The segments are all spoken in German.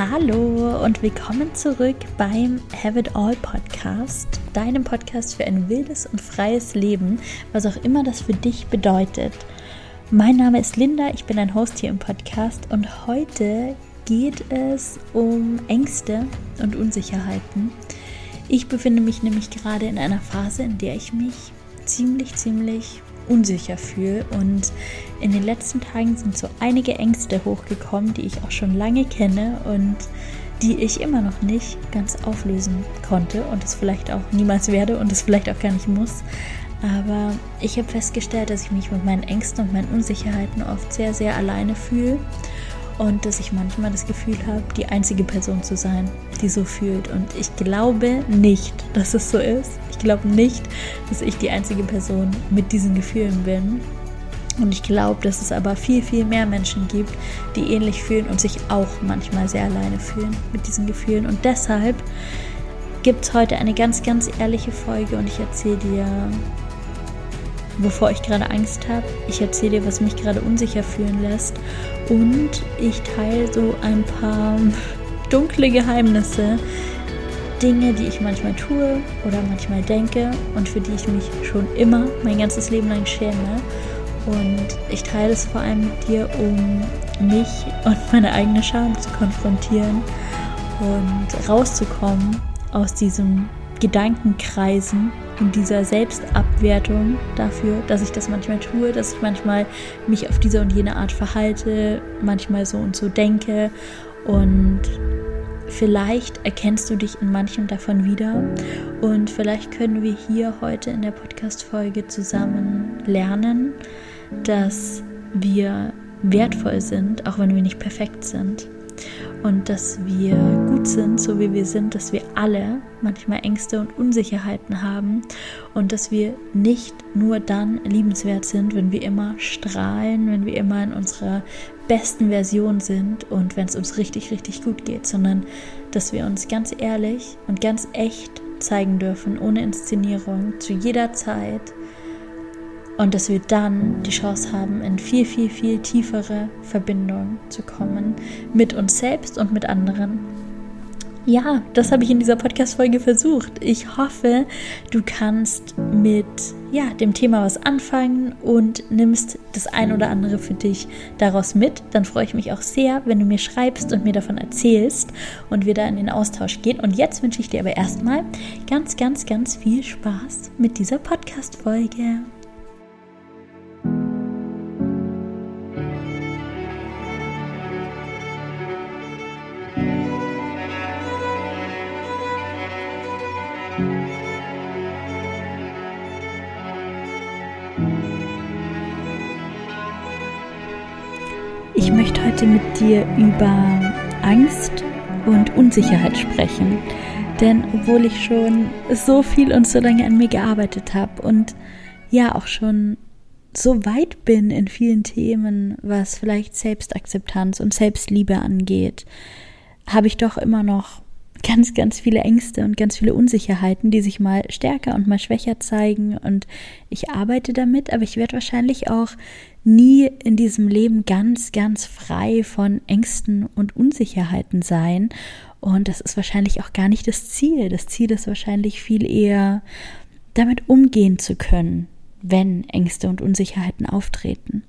Hallo und willkommen zurück beim Have It All Podcast, deinem Podcast für ein wildes und freies Leben, was auch immer das für dich bedeutet. Mein Name ist Linda, ich bin ein Host hier im Podcast und heute geht es um Ängste und Unsicherheiten. Ich befinde mich nämlich gerade in einer Phase, in der ich mich ziemlich unsicher fühle, und in den letzten Tagen sind so einige Ängste hochgekommen, die ich auch schon lange kenne und die ich immer noch nicht ganz auflösen konnte und es vielleicht auch niemals werde und es vielleicht auch gar nicht muss. Aber ich habe festgestellt, dass ich mich mit meinen Ängsten und meinen Unsicherheiten oft sehr alleine fühle und dass ich manchmal das Gefühl habe, die einzige Person zu sein, die so fühlt. Und ich glaube nicht, dass es so ist. Ich glaube nicht, dass ich die einzige Person mit diesen Gefühlen bin. Und ich glaube, dass es aber viel mehr Menschen gibt, die ähnlich fühlen und sich auch manchmal sehr alleine fühlen mit diesen Gefühlen. Und deshalb gibt es heute eine ganz ehrliche Folge und ich erzähle dir, wovor ich gerade Angst habe. Ich erzähle dir, was mich gerade unsicher fühlen lässt. Und ich teile so ein paar dunkle Geheimnisse, Dinge, die ich manchmal tue oder manchmal denke und für die ich mich schon immer mein ganzes Leben lang schäme. Und ich teile es vor allem mit dir, um mich und meine eigene Scham zu konfrontieren und rauszukommen aus diesem Gedankenkreisen und dieser Selbstabwertung dafür, dass ich das manchmal tue, dass ich manchmal mich auf diese und jene Art verhalte, manchmal so und so denke, und vielleicht erkennst du dich in manchem davon wieder und vielleicht können wir hier heute in der Podcast-Folge zusammen lernen, dass wir wertvoll sind, auch wenn wir nicht perfekt sind. Und dass wir gut sind, so wie wir sind, dass wir alle manchmal Ängste und Unsicherheiten haben und dass wir nicht nur dann liebenswert sind, wenn wir immer strahlen, wenn wir immer in unserer besten Version sind und wenn es uns richtig gut geht, sondern dass wir uns ganz ehrlich und ganz echt zeigen dürfen, ohne Inszenierung, zu jeder Zeit. Und dass wir dann die Chance haben, in viel tiefere Verbindung zu kommen mit uns selbst und mit anderen. Ja, das habe ich in dieser Podcast-Folge versucht. Ich hoffe, du kannst mit dem Thema was anfangen und nimmst das ein oder andere für dich daraus mit. Dann freue ich mich auch sehr, wenn du mir schreibst und mir davon erzählst und wir da in den Austausch gehen. Und jetzt wünsche ich dir aber erstmal ganz viel Spaß mit dieser Podcast-Folge. Ich möchte heute mit dir über Angst und Unsicherheit sprechen, denn obwohl ich schon so viel und so lange an mir gearbeitet habe und auch schon so weit bin in vielen Themen, was vielleicht Selbstakzeptanz und Selbstliebe angeht, habe ich doch immer noch ganz viele Ängste und ganz viele Unsicherheiten, die sich mal stärker und mal schwächer zeigen, und ich arbeite damit, aber ich werde wahrscheinlich auch nie in diesem Leben ganz frei von Ängsten und Unsicherheiten sein, und das ist wahrscheinlich auch gar nicht das Ziel. Das Ziel ist wahrscheinlich viel eher, damit umgehen zu können, wenn Ängste und Unsicherheiten auftreten.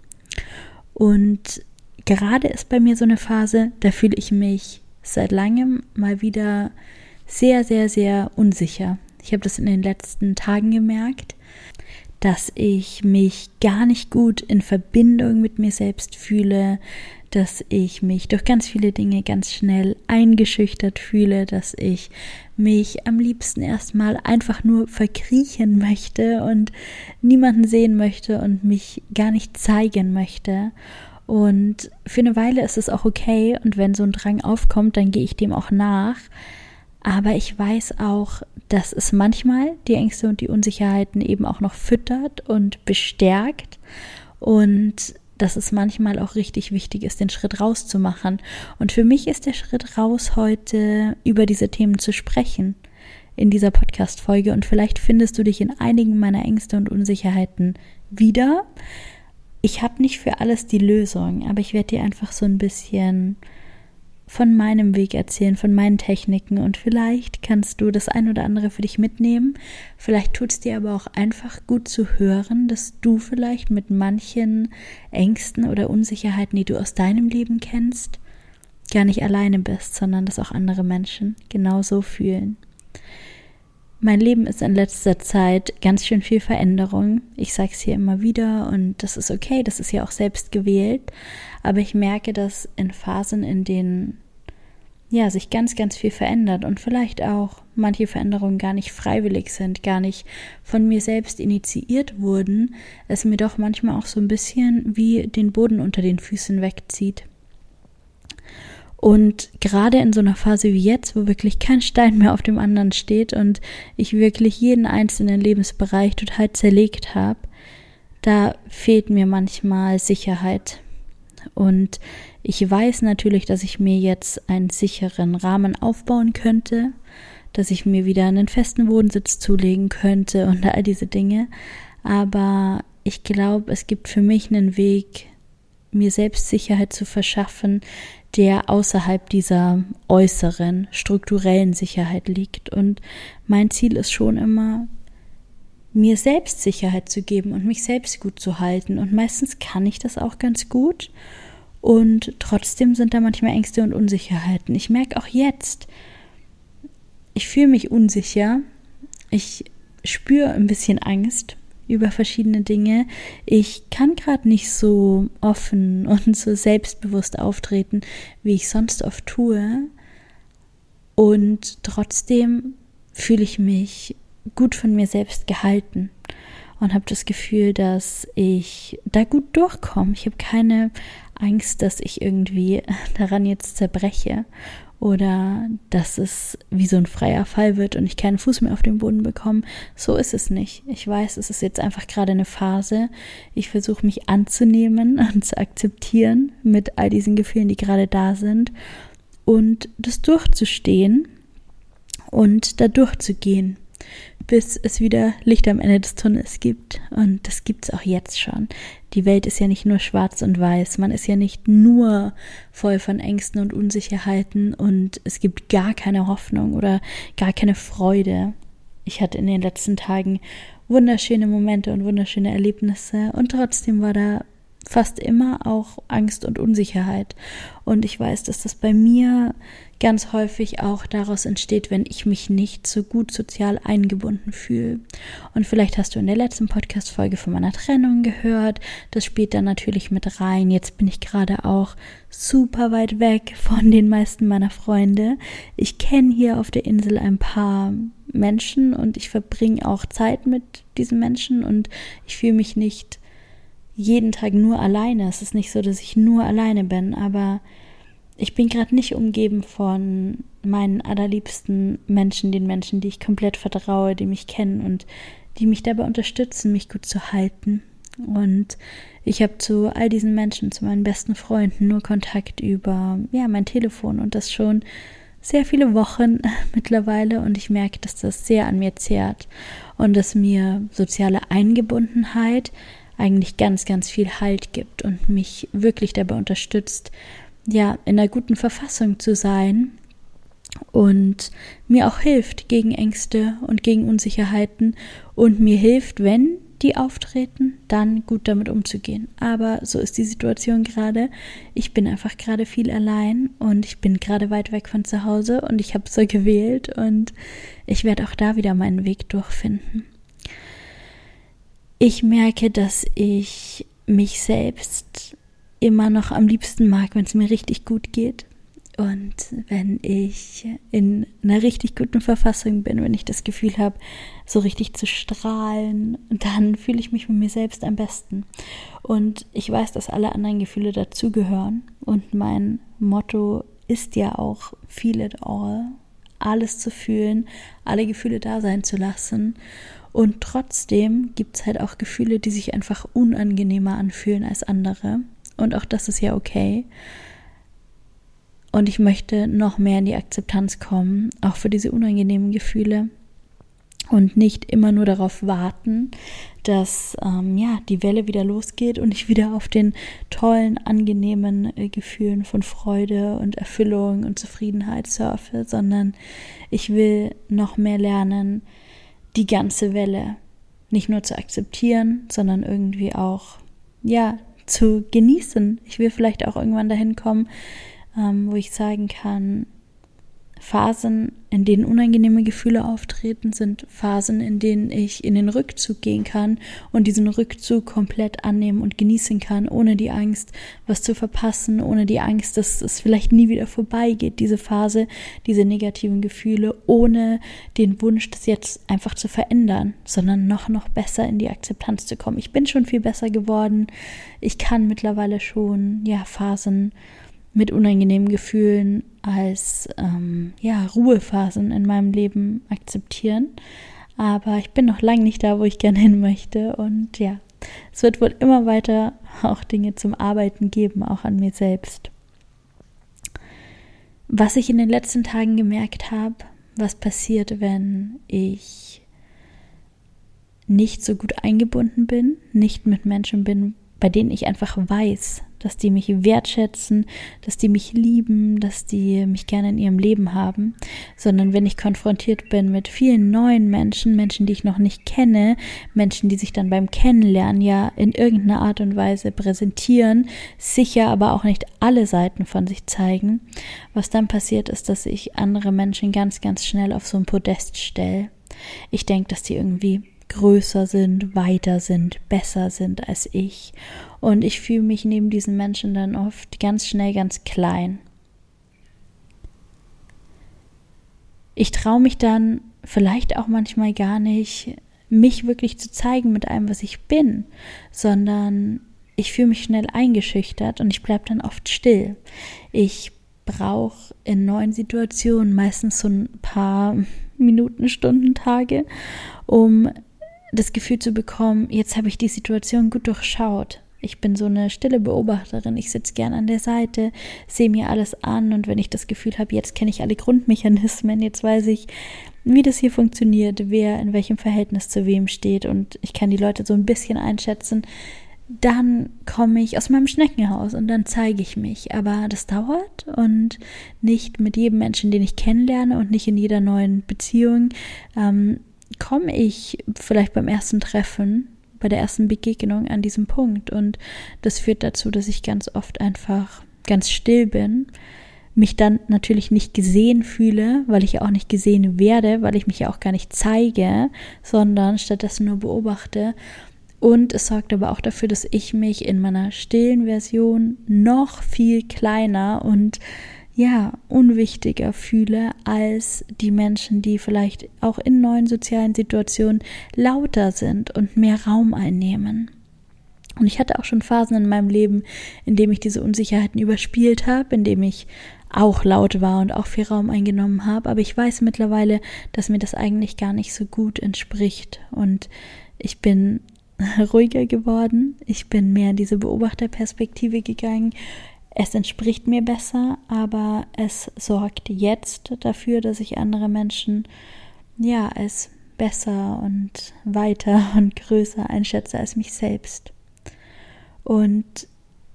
Und gerade ist bei mir so eine Phase, da fühle ich mich seit langem mal wieder sehr unsicher. Ich habe das in den letzten Tagen gemerkt, dass ich mich gar nicht gut in Verbindung mit mir selbst fühle, dass ich mich durch ganz viele Dinge ganz schnell eingeschüchtert fühle, dass ich mich am liebsten erstmal einfach nur verkriechen möchte und niemanden sehen möchte und mich gar nicht zeigen möchte. Und für eine Weile ist es auch okay, und wenn so ein Drang aufkommt, dann gehe ich dem auch nach. Aber ich weiß auch, dass es manchmal die Ängste und die Unsicherheiten eben auch noch füttert und bestärkt und dass es manchmal auch richtig wichtig ist, den Schritt rauszumachen. Und für mich ist der Schritt raus, heute über diese Themen zu sprechen in dieser Podcast-Folge, und vielleicht findest du dich in einigen meiner Ängste und Unsicherheiten wieder. Ich habe nicht für alles die Lösung, aber ich werde dir einfach so ein bisschen von meinem Weg erzählen, von meinen Techniken und vielleicht kannst du das ein oder andere für dich mitnehmen. Vielleicht tut es dir aber auch einfach gut zu hören, dass du vielleicht mit manchen Ängsten oder Unsicherheiten, die du aus deinem Leben kennst, gar nicht alleine bist, sondern dass auch andere Menschen genauso fühlen. Mein Leben ist in letzter Zeit ganz schön viel Veränderung. Ich sage es hier immer wieder und das ist okay, das ist ja auch selbst gewählt. Aber ich merke, dass in Phasen, in denen sich ganz, ganz viel verändert und vielleicht auch manche Veränderungen gar nicht freiwillig sind, gar nicht von mir selbst initiiert wurden, es mir doch manchmal auch so ein bisschen wie den Boden unter den Füßen wegzieht. Und gerade in so einer Phase wie jetzt, wo wirklich kein Stein mehr auf dem anderen steht und ich wirklich jeden einzelnen Lebensbereich total zerlegt habe, da fehlt mir manchmal Sicherheit. Und ich weiß natürlich, dass ich mir jetzt einen sicheren Rahmen aufbauen könnte, dass ich mir wieder einen festen Bodensitz zulegen könnte und all diese Dinge. Aber ich glaube, es gibt für mich einen Weg, mir selbst Sicherheit zu verschaffen, der außerhalb dieser äußeren, strukturellen Sicherheit liegt. Und mein Ziel ist schon immer, mir selbst Sicherheit zu geben und mich selbst gut zu halten. Und meistens kann ich das auch ganz gut. Und trotzdem sind da manchmal Ängste und Unsicherheiten. Ich merke auch jetzt, ich fühle mich unsicher. Ich spüre ein bisschen Angst über verschiedene Dinge. Ich kann gerade nicht so offen und so selbstbewusst auftreten, wie ich sonst oft tue. Und trotzdem fühle ich mich gut von mir selbst gehalten und habe das Gefühl, dass ich da gut durchkomme. Ich habe keine Angst, dass ich irgendwie daran jetzt zerbreche oder dass es wie so ein freier Fall wird und ich keinen Fuß mehr auf den Boden bekomme. So ist es nicht. Ich weiß, es ist jetzt einfach gerade eine Phase. Ich versuche mich anzunehmen und zu akzeptieren mit all diesen Gefühlen, die gerade da sind und das durchzustehen und da durchzugehen, bis es wieder Licht am Ende des Tunnels gibt. Und das gibt es auch jetzt schon. Die Welt ist ja nicht nur schwarz und weiß. Man ist ja nicht nur voll von Ängsten und Unsicherheiten und es gibt gar keine Hoffnung oder gar keine Freude. Ich hatte in den letzten Tagen wunderschöne Momente und wunderschöne Erlebnisse und trotzdem war da fast immer auch Angst und Unsicherheit. Und ich weiß, dass das bei mir ganz häufig auch daraus entsteht, wenn ich mich nicht so gut sozial eingebunden fühle. Und vielleicht hast du in der letzten Podcast-Folge von meiner Trennung gehört. Das spielt dann natürlich mit rein. Jetzt bin ich gerade auch super weit weg von den meisten meiner Freunde. Ich kenne hier auf der Insel ein paar Menschen und ich verbringe auch Zeit mit diesen Menschen und ich fühle mich nicht jeden Tag nur alleine. Es ist nicht so, dass ich nur alleine bin, aber ich bin gerade nicht umgeben von meinen allerliebsten Menschen, den Menschen, die ich komplett vertraue, die mich kennen und die mich dabei unterstützen, mich gut zu halten. Und ich habe zu all diesen Menschen, zu meinen besten Freunden nur Kontakt über mein Telefon und das schon sehr viele Wochen mittlerweile und ich merke, dass das sehr an mir zehrt und dass mir soziale Eingebundenheit eigentlich ganz, ganz viel Halt gibt und mich wirklich dabei unterstützt, in einer guten Verfassung zu sein und mir auch hilft gegen Ängste und gegen Unsicherheiten und mir hilft, wenn die auftreten, dann gut damit umzugehen. Aber so ist die Situation gerade. Ich bin einfach gerade viel allein und ich bin gerade weit weg von zu Hause und ich habe so gewählt und ich werde auch da wieder meinen Weg durchfinden. Ich merke, dass ich mich selbst immer noch am liebsten mag, wenn es mir richtig gut geht und wenn ich in einer richtig guten Verfassung bin, wenn ich das Gefühl habe, so richtig zu strahlen, dann fühle ich mich mit mir selbst am besten. Und ich weiß, dass alle anderen Gefühle dazugehören und mein Motto ist ja auch Feel it all, alles zu fühlen, alle Gefühle da sein zu lassen. Und trotzdem gibt es halt auch Gefühle, die sich einfach unangenehmer anfühlen als andere. Und auch das ist ja okay. Und ich möchte noch mehr in die Akzeptanz kommen, auch für diese unangenehmen Gefühle. und nicht immer nur darauf warten, dass die Welle wieder losgeht und ich wieder auf den tollen, angenehmen Gefühlen von Freude und Erfüllung und Zufriedenheit surfe, sondern ich will noch mehr lernen, die ganze Welle nicht nur zu akzeptieren, sondern irgendwie auch zu genießen. Ich will vielleicht auch irgendwann dahin kommen, wo ich sagen kann, Phasen, in denen unangenehme Gefühle auftreten, sind Phasen, in denen ich in den Rückzug gehen kann und diesen Rückzug komplett annehmen und genießen kann, ohne die Angst, was zu verpassen, ohne die Angst, dass es vielleicht nie wieder vorbeigeht, diese Phase, diese negativen Gefühle, ohne den Wunsch, das jetzt einfach zu verändern, sondern noch besser in die Akzeptanz zu kommen. Ich bin schon viel besser geworden. Ich kann mittlerweile schon, Phasen mit unangenehmen Gefühlen als Ruhephasen in meinem Leben akzeptieren. Aber ich bin noch lange nicht da, wo ich gerne hin möchte. Und es wird wohl immer weiter auch Dinge zum Arbeiten geben, auch an mir selbst. Was ich in den letzten Tagen gemerkt habe, was passiert, wenn ich nicht so gut eingebunden bin, nicht mit Menschen bin, bei denen ich einfach weiß, dass die mich wertschätzen, dass die mich lieben, dass die mich gerne in ihrem Leben haben, sondern wenn ich konfrontiert bin mit vielen neuen Menschen, die ich noch nicht kenne, Menschen, die sich dann beim Kennenlernen in irgendeiner Art und Weise präsentieren, sicher aber auch nicht alle Seiten von sich zeigen. Was dann passiert ist, dass ich andere Menschen ganz, ganz schnell auf so ein Podest stelle. Ich denke, dass die irgendwie größer sind, weiter sind, besser sind als ich. Und ich fühle mich neben diesen Menschen dann oft ganz schnell ganz klein. Ich traue mich dann vielleicht auch manchmal gar nicht, mich wirklich zu zeigen mit allem, was ich bin, sondern ich fühle mich schnell eingeschüchtert und ich bleibe dann oft still. Ich brauche in neuen Situationen meistens so ein paar Minuten, Stunden, Tage, um das Gefühl zu bekommen, jetzt habe ich die Situation gut durchschaut. Ich bin so eine stille Beobachterin, ich sitze gern an der Seite, sehe mir alles an und wenn ich das Gefühl habe, jetzt kenne ich alle Grundmechanismen, jetzt weiß ich, wie das hier funktioniert, wer in welchem Verhältnis zu wem steht und ich kann die Leute so ein bisschen einschätzen, dann komme ich aus meinem Schneckenhaus und dann zeige ich mich. Aber das dauert und nicht mit jedem Menschen, den ich kennenlerne und nicht in jeder neuen Beziehung, komme ich vielleicht beim ersten Treffen, bei der ersten Begegnung an diesem Punkt. Und das führt dazu, dass ich ganz oft einfach ganz still bin, mich dann natürlich nicht gesehen fühle, weil ich ja auch nicht gesehen werde, weil ich mich ja auch gar nicht zeige, sondern stattdessen nur beobachte. Und es sorgt aber auch dafür, dass ich mich in meiner stillen Version noch viel kleiner und unwichtiger fühle als die Menschen, die vielleicht auch in neuen sozialen Situationen lauter sind und mehr Raum einnehmen. Und ich hatte auch schon Phasen in meinem Leben, in dem ich diese Unsicherheiten überspielt habe, in dem ich auch laut war und auch viel Raum eingenommen habe. Aber ich weiß mittlerweile, dass mir das eigentlich gar nicht so gut entspricht. Und ich bin ruhiger geworden. Ich bin mehr in diese Beobachterperspektive gegangen. Es entspricht mir besser, aber es sorgt jetzt dafür, dass ich andere Menschen als besser und weiter und größer einschätze als mich selbst. Und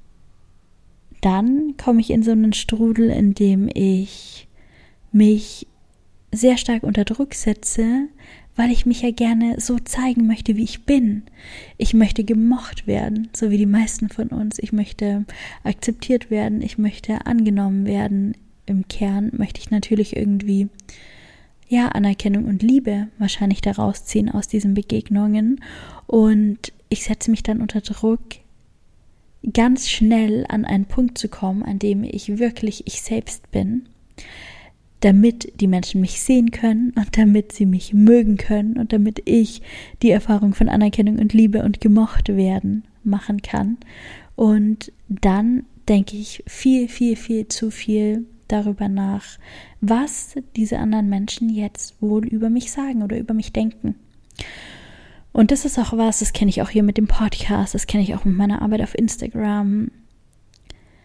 dann komme ich in so einen Strudel, in dem ich mich sehr stark unter Druck setze, weil ich mich ja gerne so zeigen möchte, wie ich bin. Ich möchte gemocht werden, so wie die meisten von uns. Ich möchte akzeptiert werden, ich möchte angenommen werden. Im Kern möchte ich natürlich irgendwie Anerkennung und Liebe wahrscheinlich daraus ziehen aus diesen Begegnungen. Und ich setze mich dann unter Druck, ganz schnell an einen Punkt zu kommen, an dem ich wirklich ich selbst bin, damit die Menschen mich sehen können und damit sie mich mögen können und damit ich die Erfahrung von Anerkennung und Liebe und gemocht werden machen kann. Und dann denke ich viel, viel, viel zu viel darüber nach, was diese anderen Menschen jetzt wohl über mich sagen oder über mich denken. Und das ist auch was, das kenne ich auch hier mit dem Podcast, das kenne ich auch mit meiner Arbeit auf Instagram.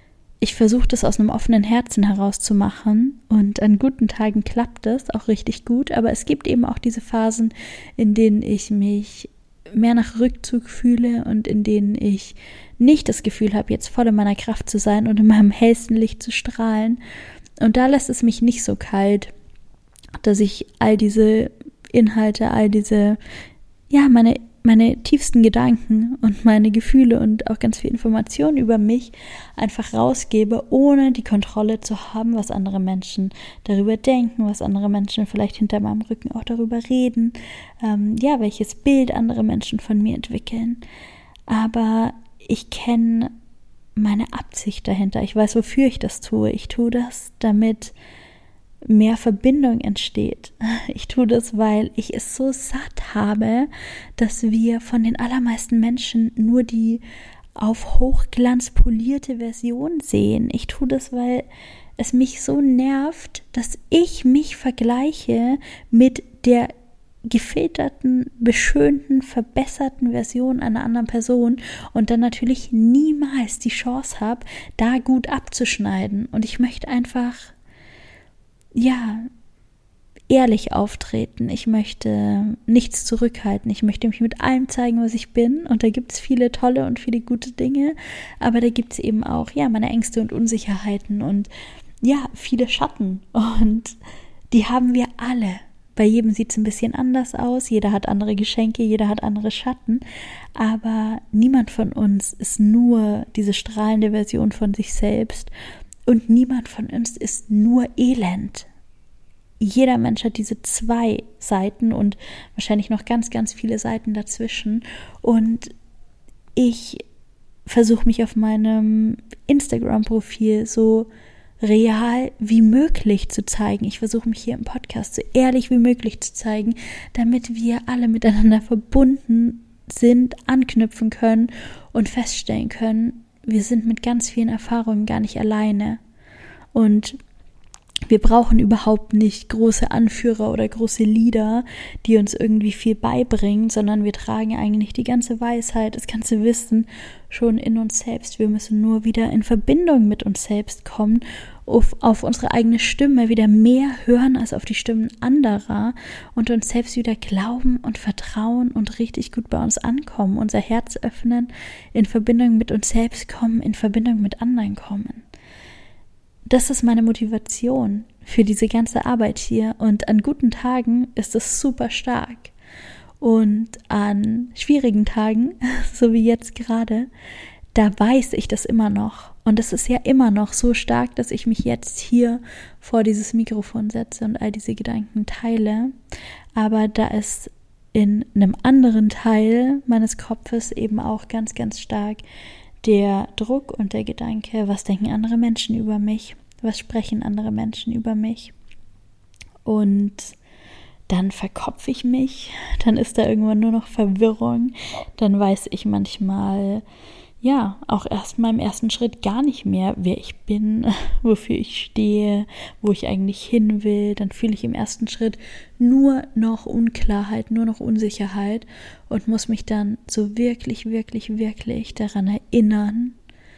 ich versuche das aus einem offenen Herzen heraus zu machen und an guten Tagen klappt das auch richtig gut, aber es gibt eben auch diese Phasen, in denen ich mich mehr nach Rückzug fühle und in denen ich nicht das Gefühl habe, jetzt voll in meiner Kraft zu sein und in meinem hellsten Licht zu strahlen. Und da lässt es mich nicht so kalt, dass ich all diese Inhalte, all diese, ja, meine tiefsten Gedanken und meine Gefühle und auch ganz viel Informationen über mich einfach rausgebe, ohne die Kontrolle zu haben, was andere Menschen darüber denken, was andere Menschen vielleicht hinter meinem Rücken auch darüber reden, welches Bild andere Menschen von mir entwickeln. Aber ich kenne meine Absicht dahinter. Ich weiß, wofür ich das tue. Ich tue das, damit mehr Verbindung entsteht. Ich tue das, weil ich es so satt habe, dass wir von den allermeisten Menschen nur die auf Hochglanz polierte Version sehen. Ich tue das, weil es mich so nervt, dass ich mich vergleiche mit der gefilterten, beschönten, verbesserten Version einer anderen Person und dann natürlich niemals die Chance habe, da gut abzuschneiden. Und ich möchte einfach ehrlich auftreten. Ich möchte nichts zurückhalten. Ich möchte mich mit allem zeigen, was ich bin. Und da gibt es viele tolle und viele gute Dinge. Aber da gibt es eben auch, meine Ängste und Unsicherheiten und viele Schatten. Und die haben wir alle. Bei jedem sieht es ein bisschen anders aus. Jeder hat andere Geschenke, jeder hat andere Schatten. Aber niemand von uns ist nur diese strahlende Version von sich selbst. Und niemand von uns ist nur Elend. Jeder Mensch hat diese 2 Seiten und wahrscheinlich noch ganz, ganz viele Seiten dazwischen. Und ich versuche mich auf meinem Instagram-Profil so real wie möglich zu zeigen. Ich versuche mich hier im Podcast so ehrlich wie möglich zu zeigen, damit wir alle miteinander verbunden sind, anknüpfen können und feststellen können, wir sind mit ganz vielen Erfahrungen gar nicht alleine. Und wir brauchen überhaupt nicht große Anführer oder große Leader, die uns irgendwie viel beibringen, sondern wir tragen eigentlich die ganze Weisheit, das ganze Wissen schon in uns selbst. Wir müssen nur wieder in Verbindung mit uns selbst kommen, auf unsere eigene Stimme wieder mehr hören als auf die Stimmen anderer und uns selbst wieder glauben und vertrauen und richtig gut bei uns ankommen, unser Herz öffnen, in Verbindung mit uns selbst kommen, in Verbindung mit anderen kommen. Das ist meine Motivation für diese ganze Arbeit hier und an guten Tagen ist es super stark und an schwierigen Tagen, so wie jetzt gerade, da weiß ich das immer noch und es ist ja immer noch so stark, dass ich mich jetzt hier vor dieses Mikrofon setze und all diese Gedanken teile, aber da ist in einem anderen Teil meines Kopfes eben auch ganz, ganz stark der Druck und der Gedanke, was denken andere Menschen über mich? Was sprechen andere Menschen über mich? Und dann verkopfe ich mich, dann ist da irgendwann nur noch Verwirrung, dann weiß ich manchmal, auch erstmal im ersten Schritt gar nicht mehr, wer ich bin, wofür ich stehe, wo ich eigentlich hin will. Dann fühle ich im ersten Schritt nur noch Unklarheit, nur noch Unsicherheit und muss mich dann so wirklich, wirklich, wirklich daran erinnern,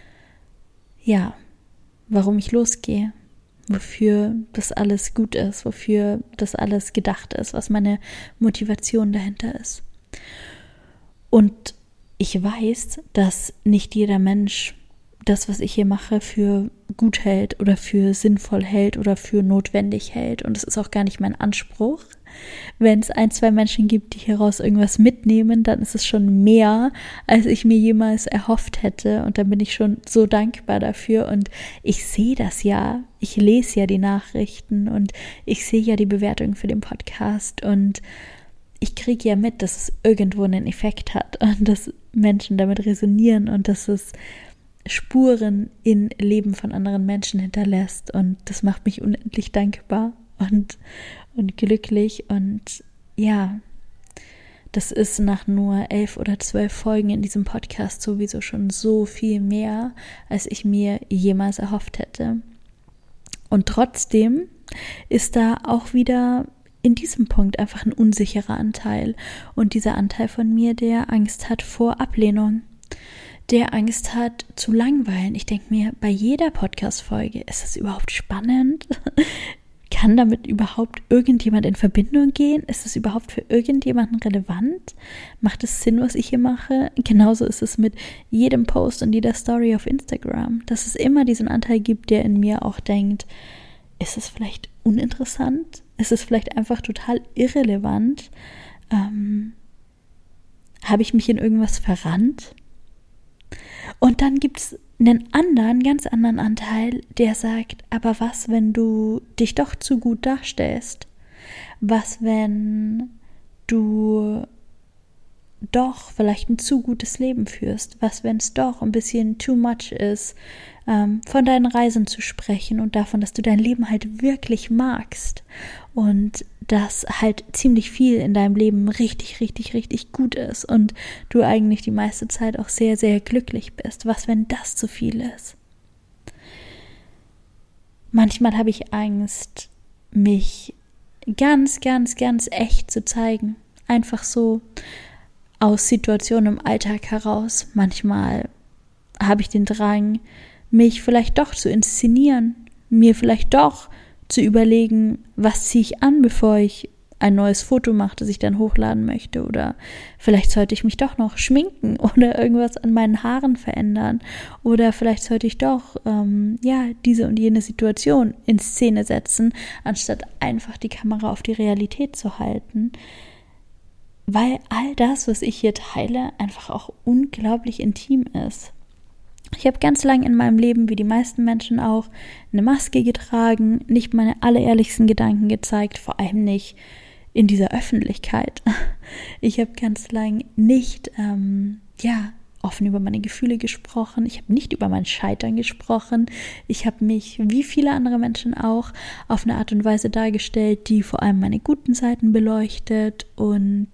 warum ich losgehe, wofür das alles gut ist, wofür das alles gedacht ist, was meine Motivation dahinter ist. Und ich weiß, dass nicht jeder Mensch das, was ich hier mache, für gut hält oder für sinnvoll hält oder für notwendig hält. Und es ist auch gar nicht mein Anspruch. Wenn es 1, 2 Menschen gibt, die hieraus irgendwas mitnehmen, dann ist es schon mehr, als ich mir jemals erhofft hätte. Und dann bin ich schon so dankbar dafür. Und ich sehe das ja. Ich lese ja die Nachrichten und ich sehe ja die Bewertungen für den Podcast. Und ich kriege ja mit, dass es irgendwo einen Effekt hat und dass Menschen damit resonieren und dass es Spuren im Leben von anderen Menschen hinterlässt. Und das macht mich unendlich dankbar und glücklich. Und das ist nach nur 11 oder 12 Folgen in diesem Podcast sowieso schon so viel mehr, als ich mir jemals erhofft hätte. Und trotzdem ist da auch wieder in diesem Punkt einfach ein unsicherer Anteil. Und dieser Anteil von mir, der Angst hat vor Ablehnung, der Angst hat zu langweilen. Ich denke mir, bei jeder Podcast-Folge, ist es überhaupt spannend? Kann damit überhaupt irgendjemand in Verbindung gehen? Ist es überhaupt für irgendjemanden relevant? Macht es Sinn, was ich hier mache? Genauso ist es mit jedem Post und jeder Story auf Instagram, dass es immer diesen Anteil gibt, der in mir auch denkt, ist es vielleicht uninteressant? Ist es vielleicht einfach total irrelevant? Habe ich mich in irgendwas verrannt? Und dann gibt es einen ganz anderen Anteil, der sagt, aber was, wenn du dich doch zu gut darstellst? Was, wenn du doch vielleicht ein zu gutes Leben führst? Was, wenn es doch ein bisschen too much ist, von deinen Reisen zu sprechen und davon, dass du dein Leben halt wirklich magst und dass halt ziemlich viel in deinem Leben richtig, richtig, richtig gut ist und du eigentlich die meiste Zeit auch sehr, sehr glücklich bist. Was, wenn das zu viel ist? Manchmal habe ich Angst, mich ganz, ganz, ganz echt zu zeigen. Einfach so aus Situationen im Alltag heraus. Manchmal habe ich den Drang, mich vielleicht doch zu inszenieren, mir vielleicht doch zu überlegen, was ziehe ich an, bevor ich ein neues Foto mache, das ich dann hochladen möchte, oder vielleicht sollte ich mich doch noch schminken oder irgendwas an meinen Haaren verändern oder vielleicht sollte ich doch diese und jene Situation in Szene setzen, anstatt einfach die Kamera auf die Realität zu halten, weil all das, was ich hier teile, einfach auch unglaublich intim ist. Ich habe ganz lange in meinem Leben, wie die meisten Menschen auch, eine Maske getragen, nicht meine allerehrlichsten Gedanken gezeigt, vor allem nicht in dieser Öffentlichkeit. Ich habe ganz lang nicht offen über meine Gefühle gesprochen. Ich habe nicht über mein Scheitern gesprochen. Ich habe mich, wie viele andere Menschen auch, auf eine Art und Weise dargestellt, die vor allem meine guten Seiten beleuchtet und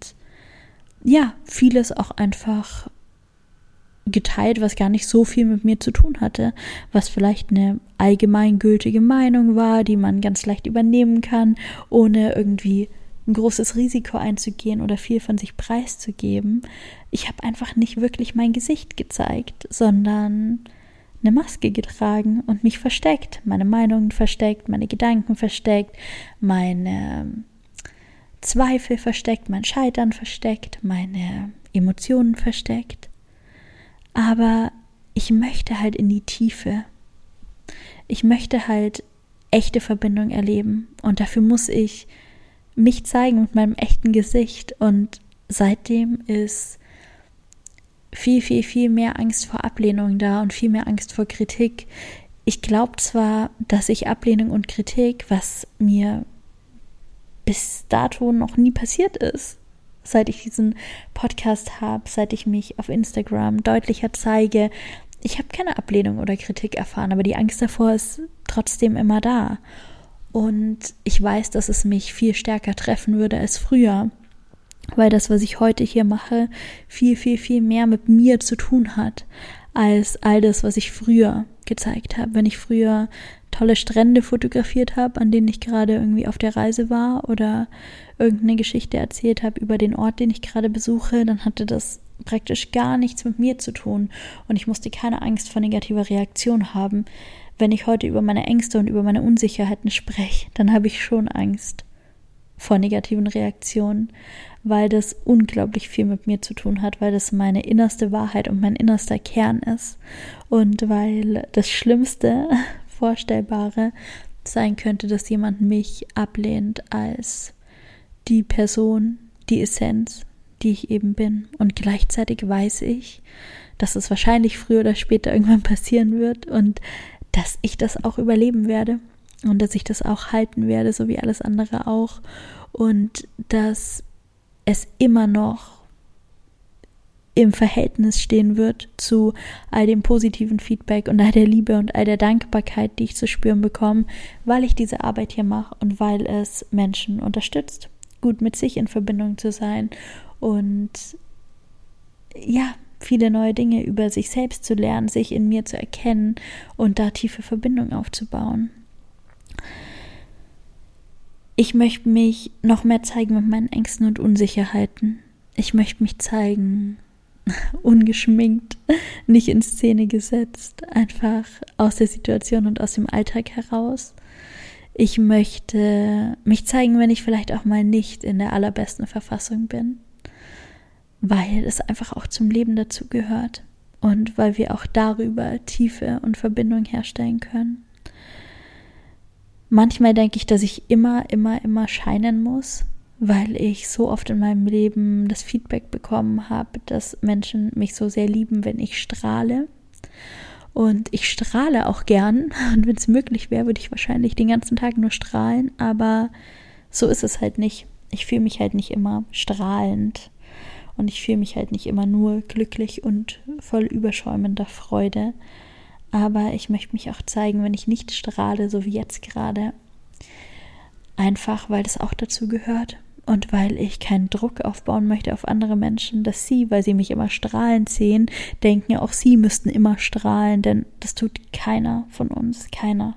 vieles auch einfach geteilt, was gar nicht so viel mit mir zu tun hatte, was vielleicht eine allgemeingültige Meinung war, die man ganz leicht übernehmen kann, ohne irgendwie ein großes Risiko einzugehen oder viel von sich preiszugeben. Ich habe einfach nicht wirklich mein Gesicht gezeigt, sondern eine Maske getragen und mich versteckt, meine Meinungen versteckt, meine Gedanken versteckt, meine Zweifel versteckt, mein Scheitern versteckt, meine Emotionen versteckt. Aber ich möchte halt in die Tiefe. Ich möchte halt echte Verbindung erleben und dafür muss ich mich zeigen mit meinem echten Gesicht und seitdem ist viel, viel, viel mehr Angst vor Ablehnung da und viel mehr Angst vor Kritik. Ich glaube zwar, dass ich Ablehnung und Kritik, was mir bis dato noch nie passiert ist, seit ich diesen Podcast habe, seit ich mich auf Instagram deutlicher zeige. Ich habe keine Ablehnung oder Kritik erfahren, aber die Angst davor ist trotzdem immer da. Und ich weiß, dass es mich viel stärker treffen würde als früher, weil das, was ich heute hier mache, viel, viel, viel mehr mit mir zu tun hat, als all das, was ich früher gezeigt habe. Wenn ich früher tolle Strände fotografiert habe, an denen ich gerade irgendwie auf der Reise war oder irgendeine Geschichte erzählt habe über den Ort, den ich gerade besuche, dann hatte das praktisch gar nichts mit mir zu tun und ich musste keine Angst vor negativer Reaktion haben. Wenn ich heute über meine Ängste und über meine Unsicherheiten spreche, dann habe ich schon Angst vor negativen Reaktionen, weil das unglaublich viel mit mir zu tun hat, weil das meine innerste Wahrheit und mein innerster Kern ist und weil das Schlimmste Vorstellbare sein könnte, dass jemand mich ablehnt als die Person, die Essenz, die ich eben bin. Und gleichzeitig weiß ich, dass es wahrscheinlich früher oder später irgendwann passieren wird und dass ich das auch überleben werde und dass ich das auch halten werde, so wie alles andere auch. Und dass es immer noch im Verhältnis stehen wird zu all dem positiven Feedback und all der Liebe und all der Dankbarkeit, die ich zu spüren bekomme, weil ich diese Arbeit hier mache und weil es Menschen unterstützt, gut mit sich in Verbindung zu sein und viele neue Dinge über sich selbst zu lernen, sich in mir zu erkennen und da tiefe Verbindung aufzubauen. Ich möchte mich noch mehr zeigen mit meinen Ängsten und Unsicherheiten. Ich möchte mich zeigen ungeschminkt, nicht in Szene gesetzt, einfach aus der Situation und aus dem Alltag heraus. Ich möchte mich zeigen, wenn ich vielleicht auch mal nicht in der allerbesten Verfassung bin, weil es einfach auch zum Leben dazu gehört und weil wir auch darüber Tiefe und Verbindung herstellen können. Manchmal denke ich, dass ich immer scheinen muss, weil ich so oft in meinem Leben das Feedback bekommen habe, dass Menschen mich so sehr lieben, wenn ich strahle. Und ich strahle auch gern. Und wenn es möglich wäre, würde ich wahrscheinlich den ganzen Tag nur strahlen. Aber so ist es halt nicht. Ich fühle mich halt nicht immer strahlend. Und ich fühle mich halt nicht immer nur glücklich und voll überschäumender Freude. Aber ich möchte mich auch zeigen, wenn ich nicht strahle, so wie jetzt gerade. Einfach, weil das auch dazu gehört. Und weil ich keinen Druck aufbauen möchte auf andere Menschen, dass sie, weil sie mich immer strahlend sehen, denken, auch sie müssten immer strahlen, denn das tut keiner von uns, keiner.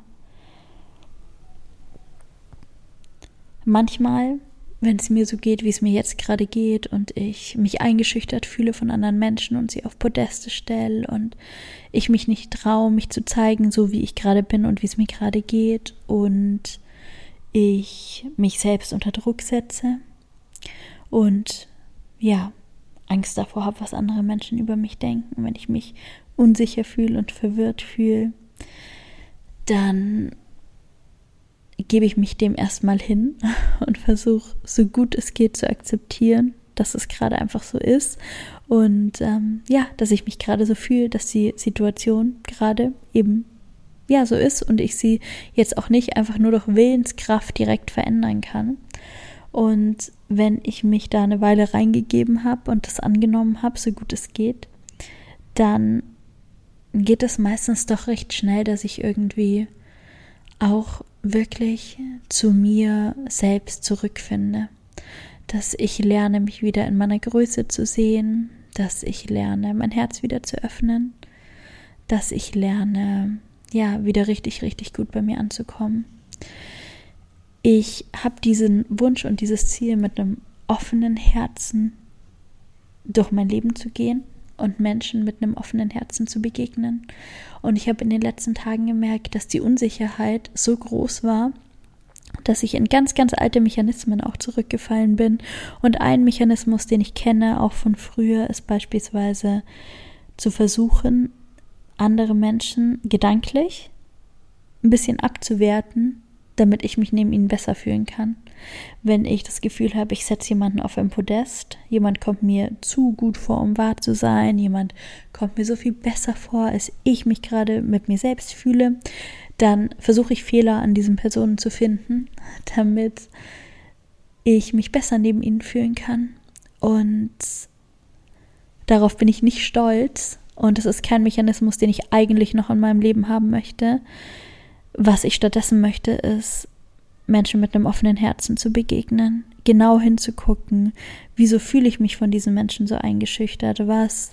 Manchmal, wenn es mir so geht, wie es mir jetzt gerade geht und ich mich eingeschüchtert fühle von anderen Menschen und sie auf Podeste stelle und ich mich nicht traue, mich zu zeigen, so wie ich gerade bin und wie es mir gerade geht und ich mich selbst unter Druck setze und ja, Angst davor habe, was andere Menschen über mich denken. Wenn ich mich unsicher fühle und verwirrt fühle, dann gebe ich mich dem erstmal hin und versuche, so gut es geht, zu akzeptieren, dass es gerade einfach so ist und dass ich mich gerade so fühle, dass die Situation gerade eben ja so ist und ich sie jetzt auch nicht einfach nur durch Willenskraft direkt verändern kann. Und wenn ich mich da eine Weile reingegeben habe und das angenommen habe, so gut es geht, dann geht es meistens doch recht schnell, dass ich irgendwie auch wirklich zu mir selbst zurückfinde. Dass ich lerne, mich wieder in meiner Größe zu sehen, dass ich lerne, mein Herz wieder zu öffnen, dass ich lerne, ja, wieder richtig gut bei mir anzukommen. Ich habe diesen Wunsch und dieses Ziel, mit einem offenen Herzen durch mein Leben zu gehen und Menschen mit einem offenen Herzen zu begegnen. Und ich habe in den letzten Tagen gemerkt, dass die Unsicherheit so groß war, dass ich in ganz alte Mechanismen auch zurückgefallen bin. Und ein Mechanismus, den ich kenne, auch von früher, ist beispielsweise zu versuchen, andere Menschen gedanklich ein bisschen abzuwerten, damit ich mich neben ihnen besser fühlen kann. Wenn ich das Gefühl habe, ich setze jemanden auf ein Podest, jemand kommt mir zu gut vor, um wahr zu sein, jemand kommt mir so viel besser vor, als ich mich gerade mit mir selbst fühle, dann versuche ich Fehler an diesen Personen zu finden, damit ich mich besser neben ihnen fühlen kann. Und darauf bin ich nicht stolz. Und es ist kein Mechanismus, den ich eigentlich noch in meinem Leben haben möchte. Was ich stattdessen möchte, ist, Menschen mit einem offenen Herzen zu begegnen, genau hinzugucken, wieso fühle ich mich von diesen Menschen so eingeschüchtert, was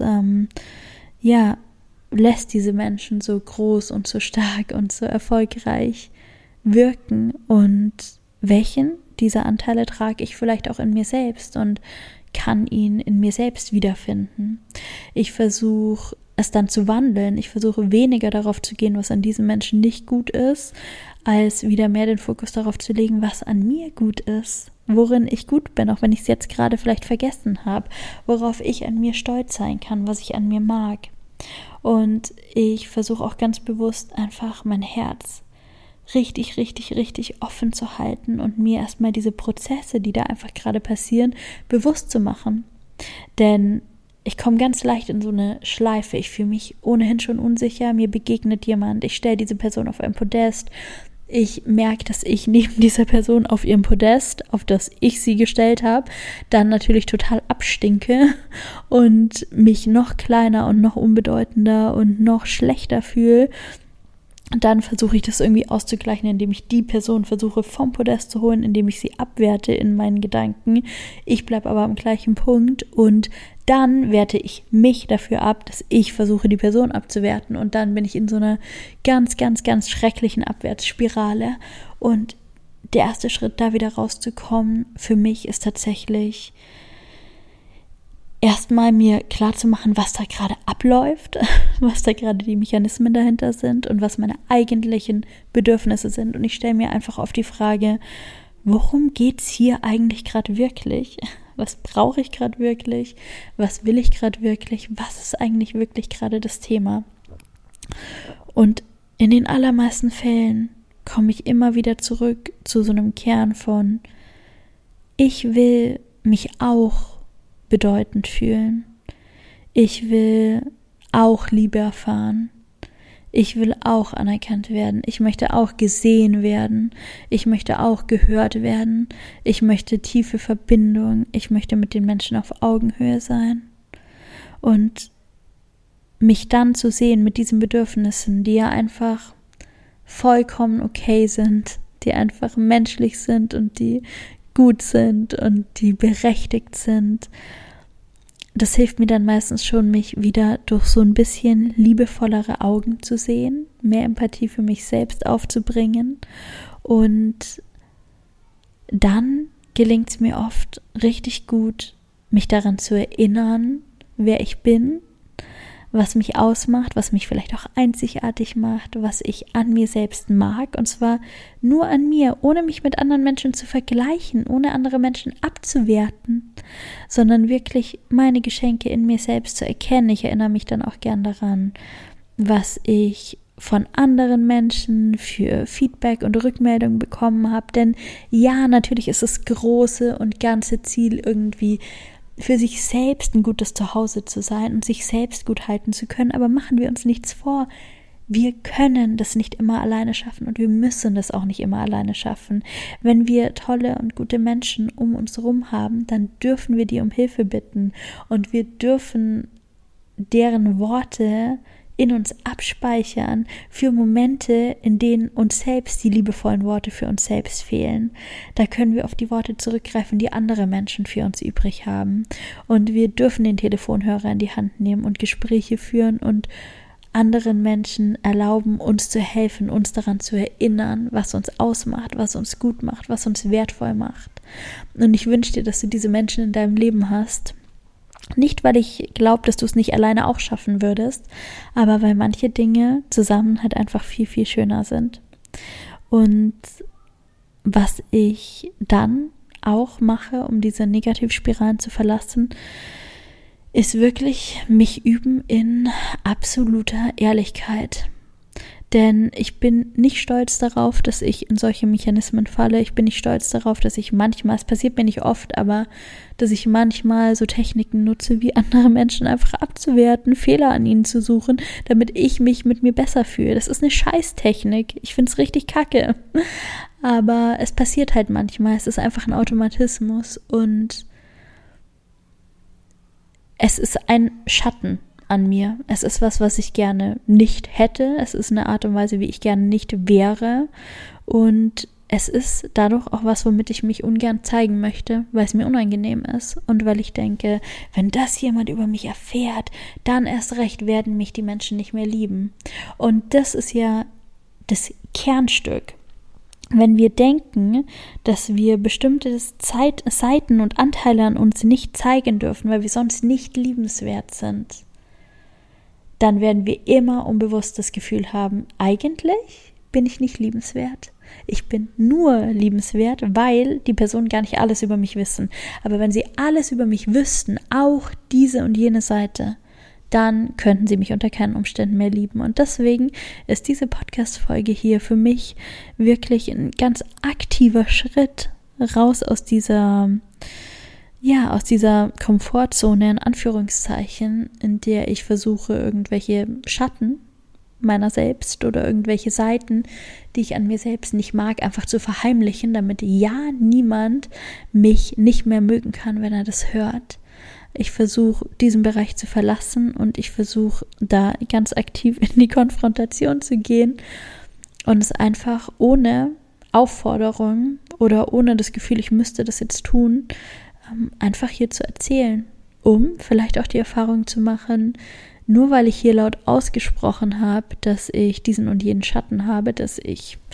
lässt diese Menschen so groß und so stark und so erfolgreich wirken und welchen dieser Anteile trage ich vielleicht auch in mir selbst und kann ihn in mir selbst wiederfinden. Ich versuche es dann zu wandeln. Ich versuche weniger darauf zu gehen, was an diesem Menschen nicht gut ist, als wieder mehr den Fokus darauf zu legen, was an mir gut ist, worin ich gut bin, auch wenn ich es jetzt gerade vielleicht vergessen habe, worauf ich an mir stolz sein kann, was ich an mir mag. Und ich versuche auch ganz bewusst einfach mein Herz richtig offen zu halten und mir erstmal diese Prozesse, die da einfach gerade passieren, bewusst zu machen. Denn ich komme ganz leicht in so eine Schleife. Ich fühle mich ohnehin schon unsicher. Mir begegnet jemand. Ich stelle diese Person auf ein Podest. Ich merke, dass ich neben dieser Person auf ihrem Podest, auf das ich sie gestellt habe, dann natürlich total abstinke und mich noch kleiner und noch unbedeutender und noch schlechter fühle. Und dann versuche ich das irgendwie auszugleichen, indem ich die Person versuche vom Podest zu holen, indem ich sie abwerte in meinen Gedanken. Ich bleibe aber am gleichen Punkt und dann werte ich mich dafür ab, dass ich versuche, die Person abzuwerten. Und dann bin ich in so einer ganz schrecklichen Abwärtsspirale. Und der erste Schritt, da wieder rauszukommen, für mich ist tatsächlich erstmal mir klar zu machen, was da gerade abläuft, was da gerade die Mechanismen dahinter sind und was meine eigentlichen Bedürfnisse sind. Und ich stelle mir einfach auf die Frage, worum geht's hier eigentlich gerade wirklich? Was brauche ich gerade wirklich? Was will ich gerade wirklich? Was ist eigentlich wirklich gerade das Thema? Und in den allermeisten Fällen komme ich immer wieder zurück zu so einem Kern von: Ich will mich auch bedeutend fühlen. Ich will auch Liebe erfahren. Ich will auch anerkannt werden. Ich möchte auch gesehen werden. Ich möchte auch gehört werden. Ich möchte tiefe Verbindung. Ich möchte mit den Menschen auf Augenhöhe sein. Und mich dann zu sehen mit diesen Bedürfnissen, die ja einfach vollkommen okay sind, die einfach menschlich sind und die gut sind und die berechtigt sind. Das hilft mir dann meistens schon, mich wieder durch so ein bisschen liebevollere Augen zu sehen, mehr Empathie für mich selbst aufzubringen. Und dann gelingt es mir oft richtig gut, mich daran zu erinnern, wer ich bin, was mich ausmacht, was mich vielleicht auch einzigartig macht, was ich an mir selbst mag, und zwar nur an mir, ohne mich mit anderen Menschen zu vergleichen, ohne andere Menschen abzuwerten, sondern wirklich meine Geschenke in mir selbst zu erkennen. Ich erinnere mich dann auch gern daran, was ich von anderen Menschen für Feedback und Rückmeldung bekommen habe, denn ja, natürlich ist das große und ganze Ziel irgendwie, für sich selbst ein gutes Zuhause zu sein und sich selbst gut halten zu können, aber machen wir uns nichts vor. Wir können das nicht immer alleine schaffen und wir müssen das auch nicht immer alleine schaffen. Wenn wir tolle und gute Menschen um uns herum haben, dann dürfen wir die um Hilfe bitten und wir dürfen deren Worte in uns abspeichern für Momente, in denen uns selbst die liebevollen Worte für uns selbst fehlen. Da können wir auf die Worte zurückgreifen, die andere Menschen für uns übrig haben. Und wir dürfen den Telefonhörer in die Hand nehmen und Gespräche führen und anderen Menschen erlauben, uns zu helfen, uns daran zu erinnern, was uns ausmacht, was uns gut macht, was uns wertvoll macht. Und ich wünsche dir, dass du diese Menschen in deinem Leben hast. Nicht, weil ich glaube, dass du es nicht alleine auch schaffen würdest, aber weil manche Dinge zusammen halt einfach viel, viel schöner sind. Und was ich dann auch mache, um diese Negativspiralen zu verlassen, ist wirklich mich üben in absoluter Ehrlichkeit. Denn ich bin nicht stolz darauf, dass ich in solche Mechanismen falle. Ich bin nicht stolz darauf, dass ich manchmal, es passiert mir nicht oft, aber dass ich manchmal so Techniken nutze, wie andere Menschen einfach abzuwerten, Fehler an ihnen zu suchen, damit ich mich mit mir besser fühle. Das ist eine Scheißtechnik. Ich finde es richtig kacke. Aber es passiert halt manchmal. Es ist einfach ein Automatismus und es ist ein Schatten an mir. Es ist was ich gerne nicht hätte. Es ist eine Art und Weise, wie ich gerne nicht wäre. Und es ist dadurch auch was, womit ich mich ungern zeigen möchte, weil es mir unangenehm ist. Und weil ich denke, wenn das jemand über mich erfährt, dann erst recht werden mich die Menschen nicht mehr lieben. Und das ist ja das Kernstück. Wenn wir denken, dass wir bestimmte Seiten und Anteile an uns nicht zeigen dürfen, weil wir sonst nicht liebenswert sind, dann werden wir immer unbewusst das Gefühl haben, eigentlich bin ich nicht liebenswert. Ich bin nur liebenswert, weil die Personen gar nicht alles über mich wissen. Aber wenn sie alles über mich wüssten, auch diese und jene Seite, dann könnten sie mich unter keinen Umständen mehr lieben. Und deswegen ist diese Podcast-Folge hier für mich wirklich ein ganz aktiver Schritt raus aus dieser Komfortzone in Anführungszeichen, in der ich versuche, irgendwelche Schatten meiner selbst oder irgendwelche Seiten, die ich an mir selbst nicht mag, einfach zu verheimlichen, damit ja niemand mich nicht mehr mögen kann, wenn er das hört. Ich versuche, diesen Bereich zu verlassen und ich versuche, da ganz aktiv in die Konfrontation zu gehen und es einfach ohne Aufforderung oder ohne das Gefühl, ich müsste das jetzt tun, einfach hier zu erzählen, um vielleicht auch die Erfahrung zu machen, nur weil ich hier laut ausgesprochen habe, dass ich diesen und jenen Schatten habe, dass ich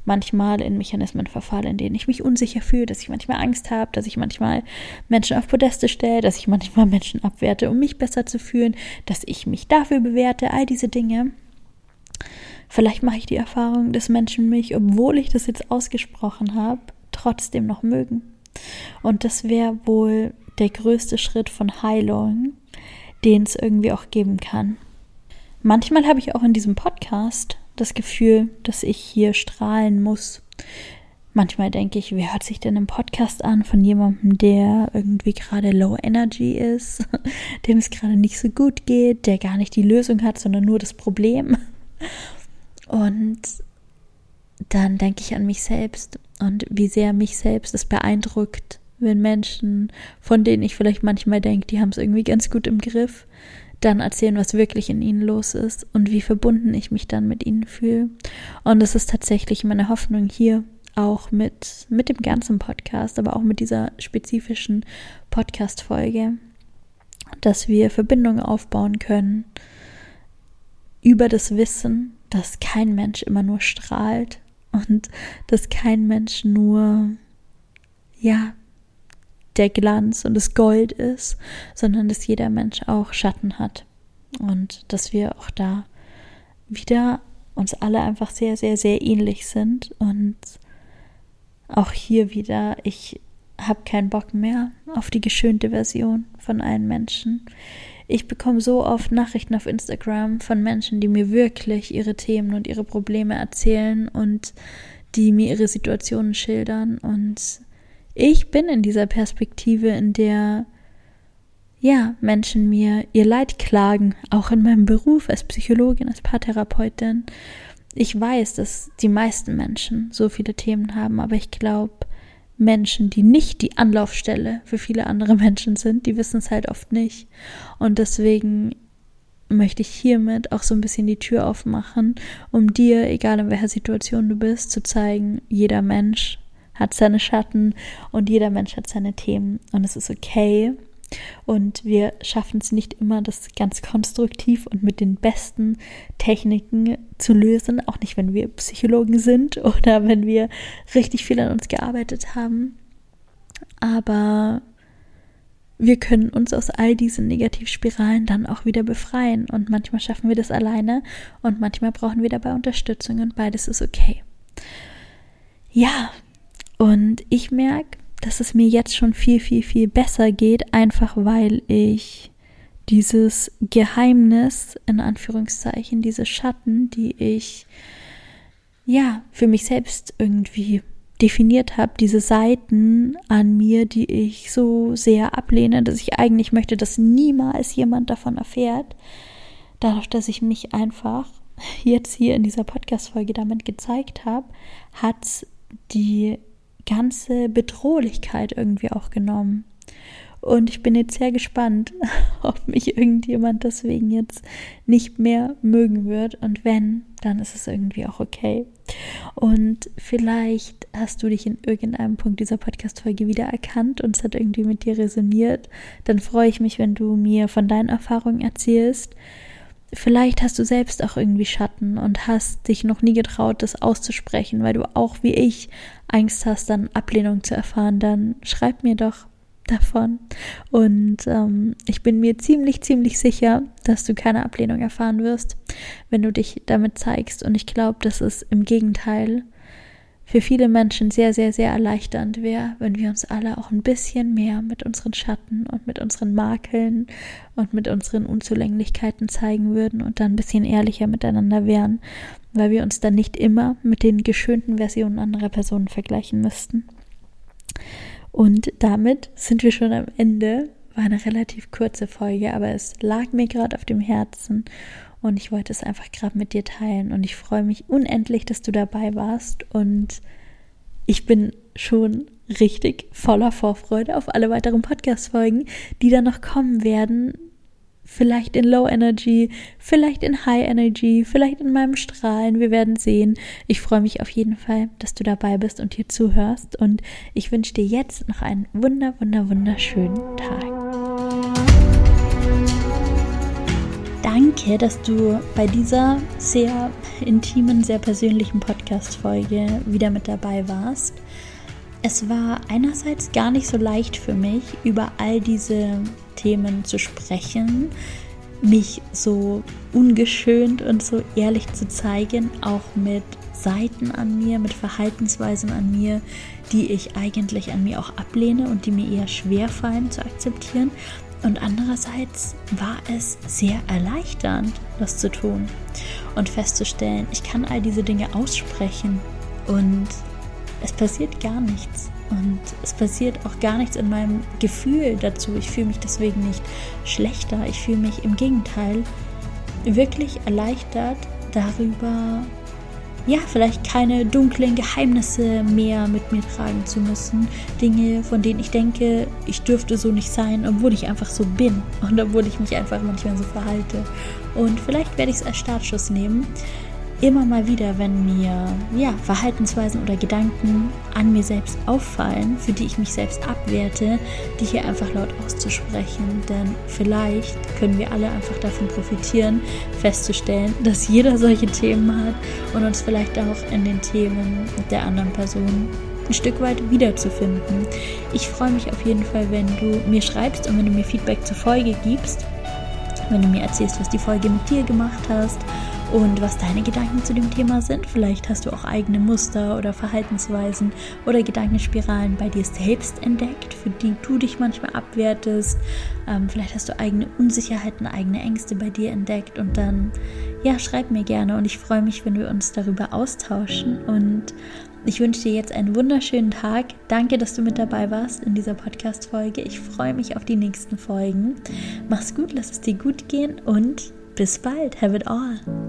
manchmal in Mechanismen verfalle, in denen ich mich unsicher fühle, dass ich manchmal Angst habe, dass ich manchmal Menschen auf Podeste stelle, dass ich manchmal Menschen abwerte, um mich besser zu fühlen, dass ich mich dafür bewerte, all diese Dinge. Vielleicht mache ich die Erfahrung, dass Menschen mich, obwohl ich das jetzt ausgesprochen habe, trotzdem noch mögen. Und das wäre wohl der größte Schritt von Heilung, den es irgendwie auch geben kann. Manchmal habe ich auch in diesem Podcast das Gefühl, dass ich hier strahlen muss. Manchmal denke ich, wie hört sich denn ein Podcast an von jemandem, der irgendwie gerade low energy ist, dem es gerade nicht so gut geht, der gar nicht die Lösung hat, sondern nur das Problem. Und dann denke ich an mich selbst und wie sehr mich selbst es beeindruckt, wenn Menschen, von denen ich vielleicht manchmal denke, die haben es irgendwie ganz gut im Griff, dann erzählen, was wirklich in ihnen los ist und wie verbunden ich mich dann mit ihnen fühle. Und das ist tatsächlich meine Hoffnung hier, auch mit dem ganzen Podcast, aber auch mit dieser spezifischen Podcast-Folge, dass wir Verbindungen aufbauen können über das Wissen, dass kein Mensch immer nur strahlt und dass kein Mensch nur, der Glanz und das Gold ist, sondern dass jeder Mensch auch Schatten hat und dass wir auch da wieder uns alle einfach sehr, sehr, sehr ähnlich sind und auch hier wieder, ich habe keinen Bock mehr auf die geschönte Version von allen Menschen. Ich bekomme so oft Nachrichten auf Instagram von Menschen, die mir wirklich ihre Themen und ihre Probleme erzählen und die mir ihre Situationen schildern und ich bin in dieser Perspektive, in der Menschen mir ihr Leid klagen, auch in meinem Beruf als Psychologin, als Paartherapeutin. Ich weiß, dass die meisten Menschen so viele Themen haben, aber ich glaube, Menschen, die nicht die Anlaufstelle für viele andere Menschen sind, die wissen es halt oft nicht. Und deswegen möchte ich hiermit auch so ein bisschen die Tür aufmachen, um dir, egal in welcher Situation du bist, zu zeigen, jeder Mensch hat seine Schatten und jeder Mensch hat seine Themen und es ist okay und wir schaffen es nicht immer, das ganz konstruktiv und mit den besten Techniken zu lösen, auch nicht, wenn wir Psychologen sind oder wenn wir richtig viel an uns gearbeitet haben, aber wir können uns aus all diesen Negativspiralen dann auch wieder befreien und manchmal schaffen wir das alleine und manchmal brauchen wir dabei Unterstützung und beides ist okay. Ja, und ich merke, dass es mir jetzt schon viel, viel, viel besser geht, einfach weil ich dieses Geheimnis, in Anführungszeichen, diese Schatten, die ich für mich selbst irgendwie definiert habe, diese Seiten an mir, die ich so sehr ablehne, dass ich eigentlich möchte, dass niemals jemand davon erfährt, dadurch, dass ich mich einfach jetzt hier in dieser Podcast-Folge damit gezeigt habe, hat die ganze Bedrohlichkeit irgendwie auch genommen. Und ich bin jetzt sehr gespannt, ob mich irgendjemand deswegen jetzt nicht mehr mögen wird. Und wenn, dann ist es irgendwie auch okay. Und vielleicht hast du dich in irgendeinem Punkt dieser Podcast-Folge wiedererkannt und es hat irgendwie mit dir resoniert. Dann freue ich mich, wenn du mir von deinen Erfahrungen erzählst. Vielleicht hast du selbst auch irgendwie Schatten und hast dich noch nie getraut, das auszusprechen, weil du auch wie ich Angst hast, dann Ablehnung zu erfahren. Dann schreib mir doch davon. Und ich bin mir ziemlich, ziemlich sicher, dass du keine Ablehnung erfahren wirst, wenn du dich damit zeigst. Und ich glaube, dass es im Gegenteil für viele Menschen sehr, sehr, sehr erleichternd wäre, wenn wir uns alle auch ein bisschen mehr mit unseren Schatten und mit unseren Makeln und mit unseren Unzulänglichkeiten zeigen würden und dann ein bisschen ehrlicher miteinander wären, weil wir uns dann nicht immer mit den geschönten Versionen anderer Personen vergleichen müssten. Und damit sind wir schon am Ende. War eine relativ kurze Folge, aber es lag mir gerade auf dem Herzen und ich wollte es einfach gerade mit dir teilen und ich freue mich unendlich, dass du dabei warst und ich bin schon richtig voller Vorfreude auf alle weiteren Podcast-Folgen, die dann noch kommen werden. Vielleicht in Low Energy, vielleicht in High Energy, vielleicht in meinem Strahlen. Wir werden sehen. Ich freue mich auf jeden Fall, dass du dabei bist und hier zuhörst. Und ich wünsche dir jetzt noch einen wunderschönen Tag. Danke, dass du bei dieser sehr intimen, sehr persönlichen Podcast-Folge wieder mit dabei warst. Es war einerseits gar nicht so leicht für mich, über all diese Themen zu sprechen, mich so ungeschönt und so ehrlich zu zeigen, auch mit Seiten an mir, mit Verhaltensweisen an mir, die ich eigentlich an mir auch ablehne und die mir eher schwerfallen zu akzeptieren. Und andererseits war es sehr erleichternd, das zu tun und festzustellen, ich kann all diese Dinge aussprechen und es passiert gar nichts. Und es passiert auch gar nichts in meinem Gefühl dazu. Ich fühle mich deswegen nicht schlechter. Ich fühle mich im Gegenteil wirklich erleichtert darüber, ja, vielleicht keine dunklen Geheimnisse mehr mit mir tragen zu müssen. Dinge, von denen ich denke, ich dürfte so nicht sein, obwohl ich einfach so bin und obwohl ich mich einfach manchmal so verhalte. Und vielleicht werde ich es als Startschuss nehmen, immer mal wieder, wenn mir Verhaltensweisen oder Gedanken an mir selbst auffallen, für die ich mich selbst abwerte, die hier einfach laut auszusprechen. Denn vielleicht können wir alle einfach davon profitieren, festzustellen, dass jeder solche Themen hat und uns vielleicht auch in den Themen der anderen Person ein Stück weit wiederzufinden. Ich freue mich auf jeden Fall, wenn du mir schreibst und wenn du mir Feedback zur Folge gibst, wenn du mir erzählst, was die Folge mit dir gemacht hast und was deine Gedanken zu dem Thema sind. Vielleicht hast du auch eigene Muster oder Verhaltensweisen oder Gedankenspiralen bei dir selbst entdeckt, für die du dich manchmal abwertest. Vielleicht hast du eigene Unsicherheiten, eigene Ängste bei dir entdeckt und dann, schreib mir gerne und ich freue mich, wenn wir uns darüber austauschen und ich wünsche dir jetzt einen wunderschönen Tag. Danke, dass du mit dabei warst in dieser Podcast-Folge. Ich freue mich auf die nächsten Folgen. Mach's gut, lass es dir gut gehen und bis bald. Have it all.